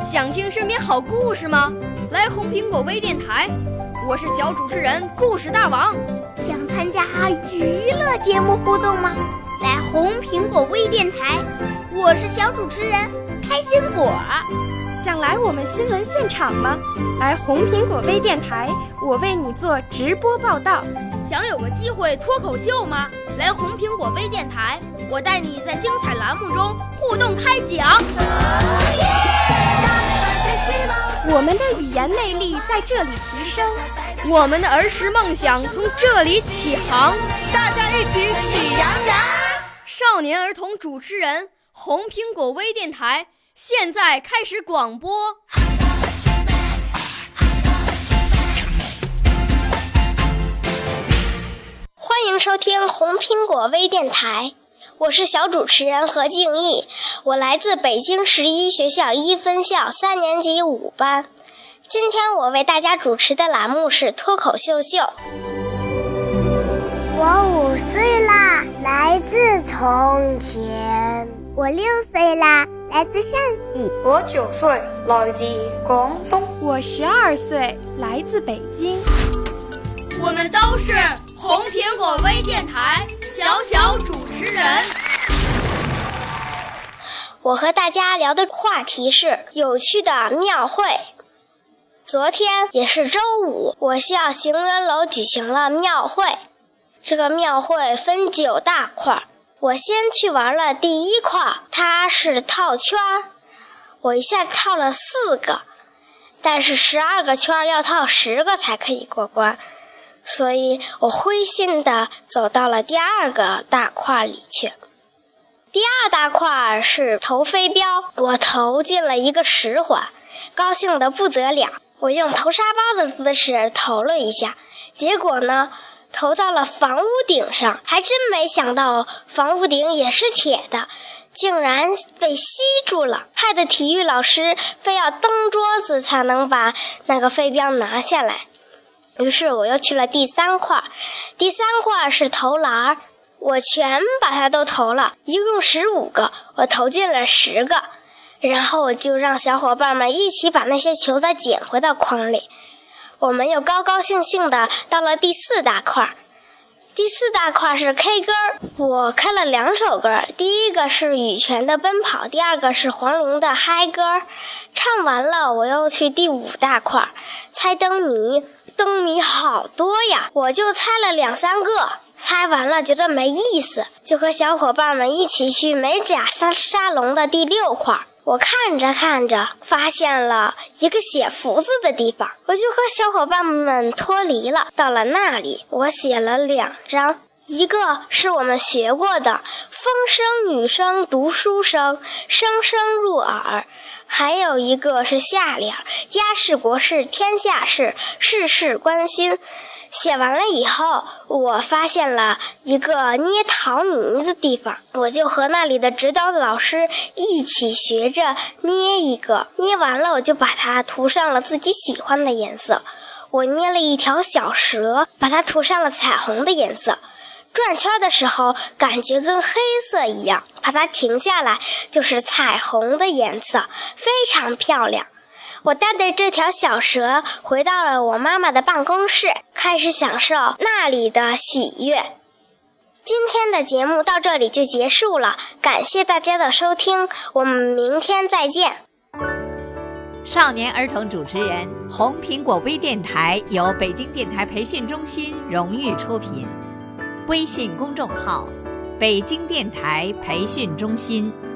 想听身边好故事吗？来红苹果微电台，我是小主持人故事大王。 想参加娱乐节目互动吗？来红苹果微电台，我是小主持人开心果。 想来我们新闻现场吗？来红苹果微电台，我为你做直播报道。 想有个机会脱口秀吗？来红苹果微电台，我带你在精彩栏目中互动开讲。 我们的语言魅力在这里提升， 我们的儿时梦想从这里起航。 大家一起喜羊羊。 少年儿童主持人，红苹果微电台现在开始广播。 欢迎收听红苹果微电台，我是小主持人何静毅，我来自北京11学校1分校3年级5班。今天我为大家主持的栏目是脱口秀秀。 我5岁啦，来自从前。我6岁啦，来自陕西。 我9岁，来自廣東。 我12岁，来自北京。 我们都是红苹果微电台小主持人。 我和大家聊的话题是有趣的庙会。昨天也是周五，我校行人楼举行了庙会。这个庙会分9大块，我先去玩了第一块，它是套圈，我一下套了4个，但是12个圈要套10个才可以过关，所以我灰心地走到了第2个大块里去。第2大块是投飞镖，我投进了一个10环，高兴得不得了。我用投沙包的姿势投了一下，结果呢，投到了房屋顶上，还真没想到房屋顶也是铁的，竟然被吸住了，害得体育老师非要蹬桌子才能把那个飞镖拿下来。于是我又去了第3块，第3块是投篮，我全把它都投了，一共15个，我投进了10个，然后我就让小伙伴们一起把那些球再捡回到筐里。我们又高高兴兴地到了第4大块。第4大块是 K 歌，我开了2首歌，第一个是羽泉的奔跑，第2个是黄龄的嗨歌。唱完了，我又去第5大块，猜灯谜。灯谜好多呀，我就猜了2-3个，猜完了觉得没意思，就和小伙伴们一起去美甲沙龙的第6块。我看着看着，发现了一个写福字的地方，我就和小伙伴们脱离了。到了那里，我写了2张，一个是我们学过的风声雨声读书声，声声入耳，还有一个是下联，家事国事天下事，事事关心。写完了以后，我发现了一个捏陶泥的地方，我就和那里的指导老师一起学着捏一个，捏完了我就把它涂上了自己喜欢的颜色。我捏了一条小蛇，把它涂上了彩虹的颜色。转圈的时候感觉跟黑色一样，把它停下来就是彩虹的颜色，非常漂亮。我带着这条小蛇回到了我妈妈的办公室，开始享受那里的喜悦。今天的节目到这里就结束了，感谢大家的收听，我们明天再见。 少年儿童主持人，红苹果微电台由北京电台培训中心荣誉出品，微信公众号：北京电台培训中心。